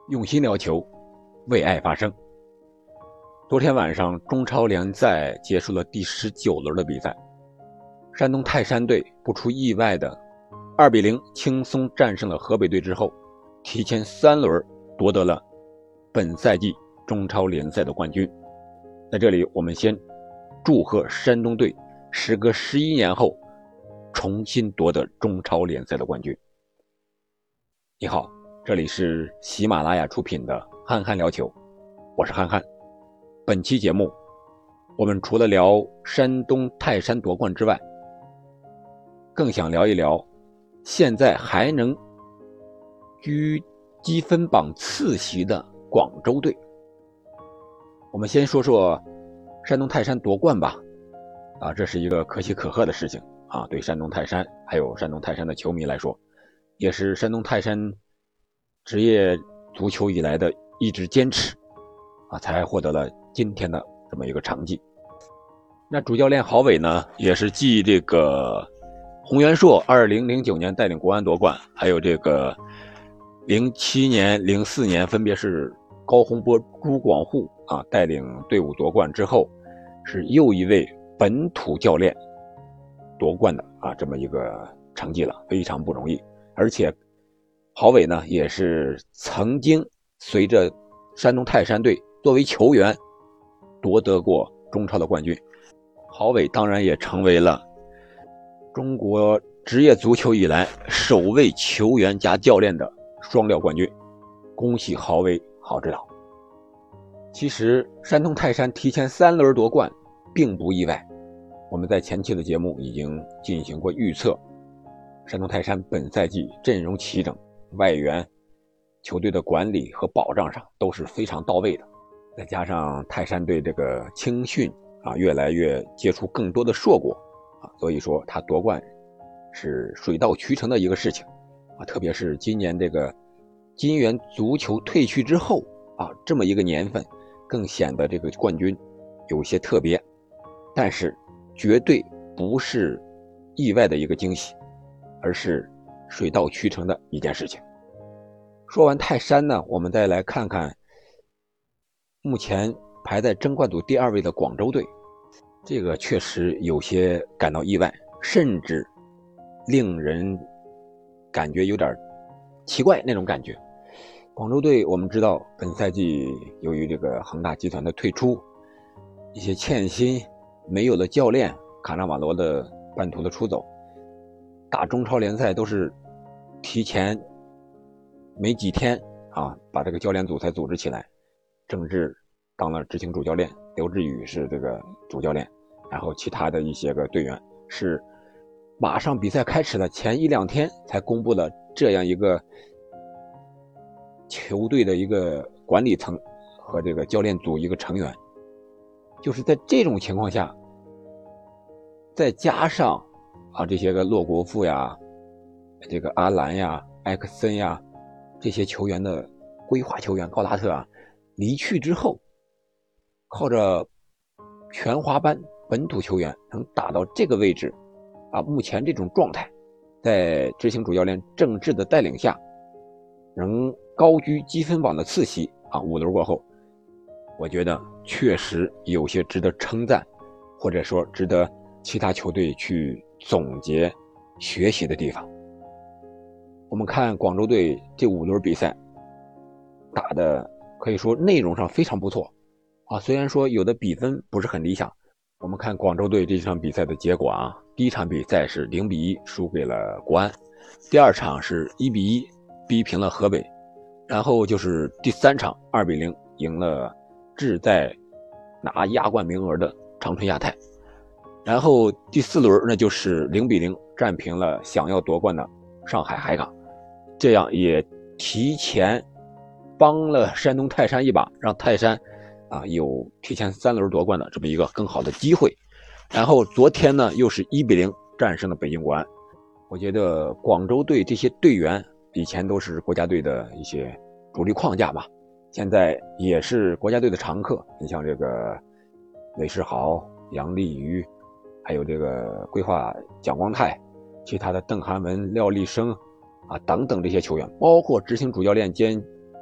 用心聊球，为爱发声。昨天晚上，中超联赛结束了第19轮的比赛，山东泰山队不出意外的2-0轻松战胜了河北队之后，提前3轮夺得了本赛季中超联赛的冠军。在这里，我们先祝贺山东队时隔11年后重新夺得中超联赛的冠军。你好，这里是喜马拉雅出品的憨憨聊球，我是憨憨。本期节目我们除了聊山东泰山夺冠之外，更想聊一聊现在还能居积分榜次席的广州队。我们先说说山东泰山夺冠吧。这是一个可喜可贺的事情啊，对山东泰山还有山东泰山的球迷来说，也是山东泰山职业足球以来的一直坚持才获得了今天的这么一个成绩。那主教练郝伟呢，也是继这个洪元硕2009年带领国安夺冠，还有这个07年、04年分别是高洪波、朱广沪带领队伍夺冠之后，是又一位本土教练夺冠的这么一个成绩了，非常不容易。而且郝伟呢，也是曾经随着山东泰山队作为球员夺得过中超的冠军。郝伟当然也成为了中国职业足球以来首位球员加教练的双料冠军，恭喜郝伟，好指导。其实山东泰山提前3轮夺冠并不意外，我们在前期的节目已经进行过预测，山东泰山本赛季阵容齐整，外援球队的管理和保障上都是非常到位的，再加上泰山队这个青训越来越接触更多的硕果所以说他夺冠是水到渠成的一个事情特别是今年这个金元足球退去之后这么一个年份，更显得这个冠军有些特别，但是绝对不是意外的一个惊喜，而是水到渠成的一件事情。说完泰山呢，我们再来看看目前排在争冠组第2位的广州队，这个确实有些感到意外，甚至令人感觉有点奇怪那种感觉。广州队我们知道本赛季由于这个恒大集团的退出，一些欠薪，没有了教练，卡纳瓦罗的半途的出走，打中超联赛都是提前没几天把这个教练组才组织起来，郑智当了执行主教练，刘志宇是这个主教练，然后其他的一些个队员是马上比赛开始了前1-2天才公布了这样一个球队的一个管理层和这个教练组一个成员。就是在这种情况下，再加上这些个洛国富呀，这个阿兰呀、埃克森呀，这些球员的规划球员高拉特离去之后，靠着全华班本土球员能打到这个位置目前这种状态，在执行主教练郑智的带领下，能高居积分榜的次席5轮过后，我觉得确实有些值得称赞，或者说值得其他球队去总结学习的地方。我们看广州队这5轮比赛打的可以说内容上非常不错虽然说有的比分不是很理想。我们看广州队这场比赛的结果第一场比赛是0-1输给了国安，第2场是1-1逼平了河北，然后就是第3场2-0赢了志在拿亚冠名额的长春亚泰，然后第4轮那就是0-0战平了想要夺冠的上海海港，这样也提前帮了山东泰山一把，让泰山有提前3轮夺冠的这么一个更好的机会。然后昨天呢又是1-0战胜了北京国安。我觉得广州队这些队员以前都是国家队的一些主力框架吧，现在也是国家队的常客。你像这个韦世豪、杨立瑜，还有这个规划蒋光太，其他的邓涵文、廖立生等等这些球员，包括执行主教练兼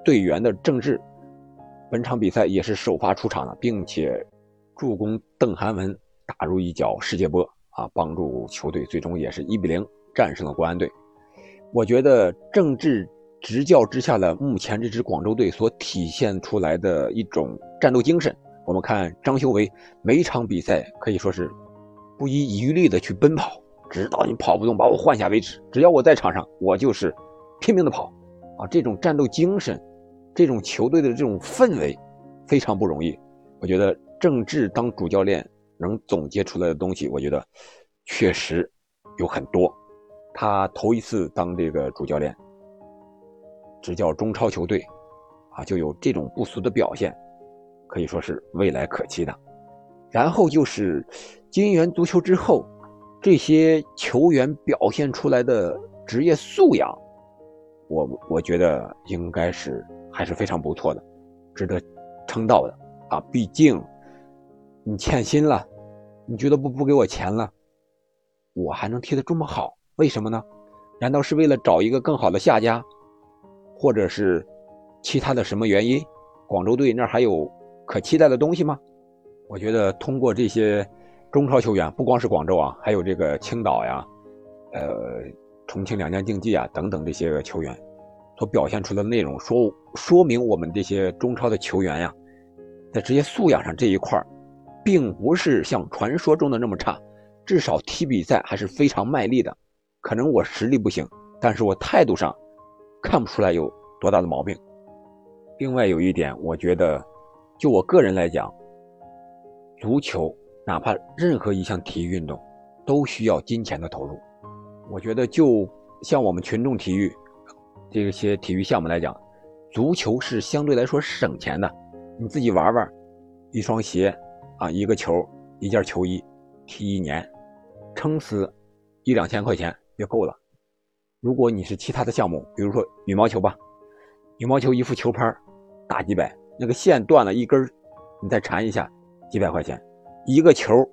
队员的郑智，本场比赛也是首发出场了，并且助攻邓涵文打入一脚世界波啊，帮助球队最终也是1-0战胜了国安队。我觉得郑智执教之下的目前这支广州队所体现出来的一种战斗精神，我们看张修为每场比赛可以说是不遗余力的去奔跑，直到你跑不动把我换下为止，只要我在场上我就是拼命的跑啊！这种战斗精神，这种球队的这种氛围非常不容易。我觉得郑智当主教练能总结出来的东西，我觉得确实有很多。他头一次当这个主教练，执教中超球队啊，就有这种不俗的表现，可以说是未来可期的。然后就是金元足球之后，这些球员表现出来的职业素养，我觉得应该是还是非常不错的，值得称道的啊！毕竟你欠薪了，你俱乐部不给我钱了，我还能踢得这么好，为什么呢？难道是为了找一个更好的下家，或者是其他的什么原因？广州队那儿还有可期待的东西吗？我觉得通过这些中超球员，不光是广州啊，还有这个青岛呀、重庆两江竞技啊等等这些球员所表现出的内容，说明我们这些中超的球员呀，在职业素养上这一块并不是像传说中的那么差，至少踢比赛还是非常卖力的。可能我实力不行，但是我态度上看不出来有多大的毛病。另外有一点，我觉得就我个人来讲，足球哪怕任何一项体育运动都需要金钱的投入。我觉得就像我们群众体育这些体育项目来讲，足球是相对来说省钱的，你自己玩玩，一双鞋啊，一个球，一件球衣，踢1年，撑死1-2千块钱就够了。如果你是其他的项目，比如说羽毛球吧，羽毛球一副球拍打几百，那个线断了一根，你再缠一下，几百块钱，一个球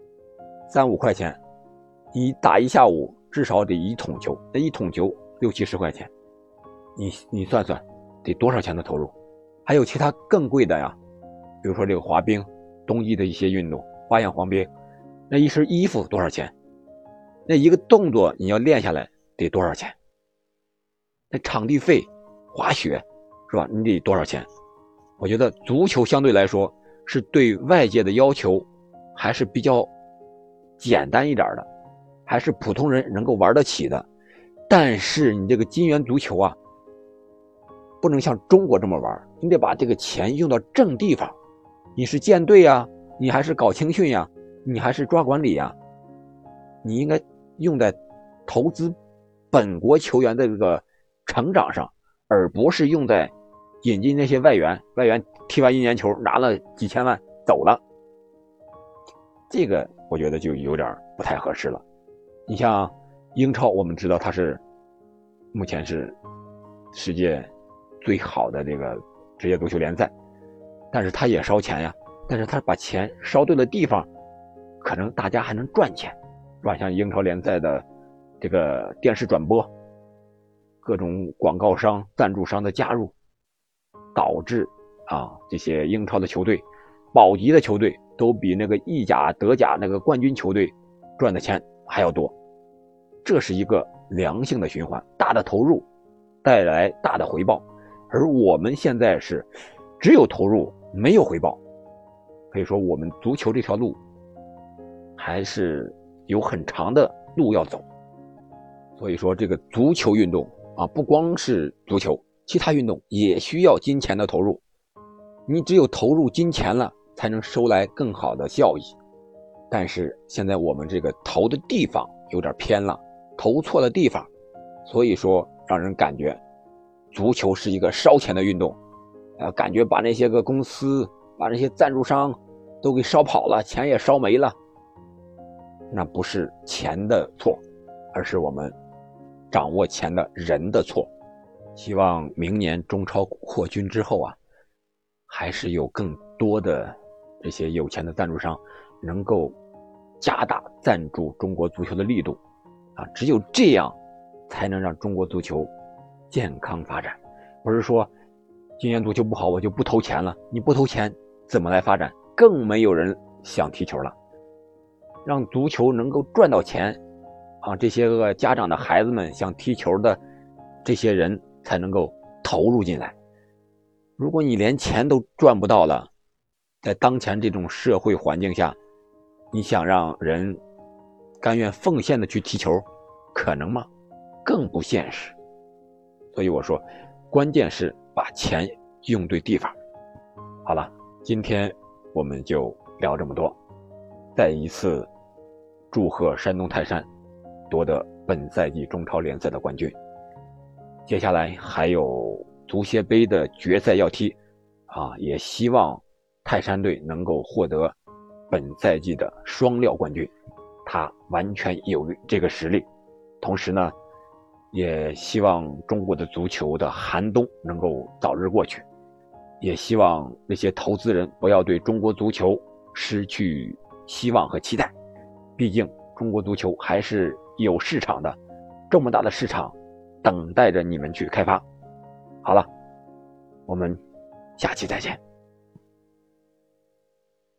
3-5块钱，你打一下午至少得1桶球，那1桶球60-70块钱，你算算得多少钱的投入？还有其他更贵的呀，比如说这个滑冰，冬季的一些运动，花样滑冰，那一身衣服多少钱？那一个动作你要练下来得多少钱？那场地费，滑雪是吧？你得多少钱？我觉得足球相对来说是对外界的要求还是比较简单一点的，还是普通人能够玩得起的。但是你这个金元足球啊，不能像中国这么玩，你得把这个钱用到正地方。你是建队呀，你还是搞青训呀，你还是抓管理呀，你应该用在投资本国球员的这个成长上，而不是用在引进那些外援踢完1年球拿了几千万走了，这个我觉得就有点不太合适了。你像英超，我们知道它是目前是世界最好的这个职业足球联赛，但是它也烧钱呀，但是它把钱烧对了地方，可能大家还能赚钱，是吧？像英超联赛的这个电视转播，各种广告商、赞助商的加入，导致这些英超的球队、保级的球队都比那个意甲、德甲那个冠军球队赚的钱还要多。这是一个良性的循环，大的投入带来大的回报，而我们现在是只有投入没有回报，可以说我们足球这条路还是有很长的路要走。所以说这个足球运动不光是足球，其他运动也需要金钱的投入，你只有投入金钱了才能收来更好的效益。但是现在我们这个投的地方有点偏了，投错了地方，所以说让人感觉足球是一个烧钱的运动，感觉把那些个公司把那些赞助商都给烧跑了，钱也烧没了。那不是钱的错，而是我们掌握钱的人的错。希望明年中超扩军之后还是有更多的这些有钱的赞助商能够加大赞助中国足球的力度只有这样才能让中国足球健康发展。不是说今年足球不好，我就不投钱了。你不投钱怎么来发展？更没有人想踢球了。让足球能够赚到钱啊，这些个家长的孩子们想踢球的这些人才能够投入进来。如果你连钱都赚不到了，在当前这种社会环境下，你想让人甘愿奉献的去踢球，可能吗？更不现实。所以我说，关键是把钱用对地方。好了，今天我们就聊这么多。再一次祝贺山东泰山夺得本赛季中超联赛的冠军。接下来还有足协杯的决赛要踢啊，也希望泰山队能够获得本赛季的双料冠军，他完全有这个实力。同时呢，也希望中国的足球的寒冬能够早日过去，也希望那些投资人不要对中国足球失去希望和期待，毕竟中国足球还是有市场的，这么大的市场等待着你们去开发。好了，我们下期再见。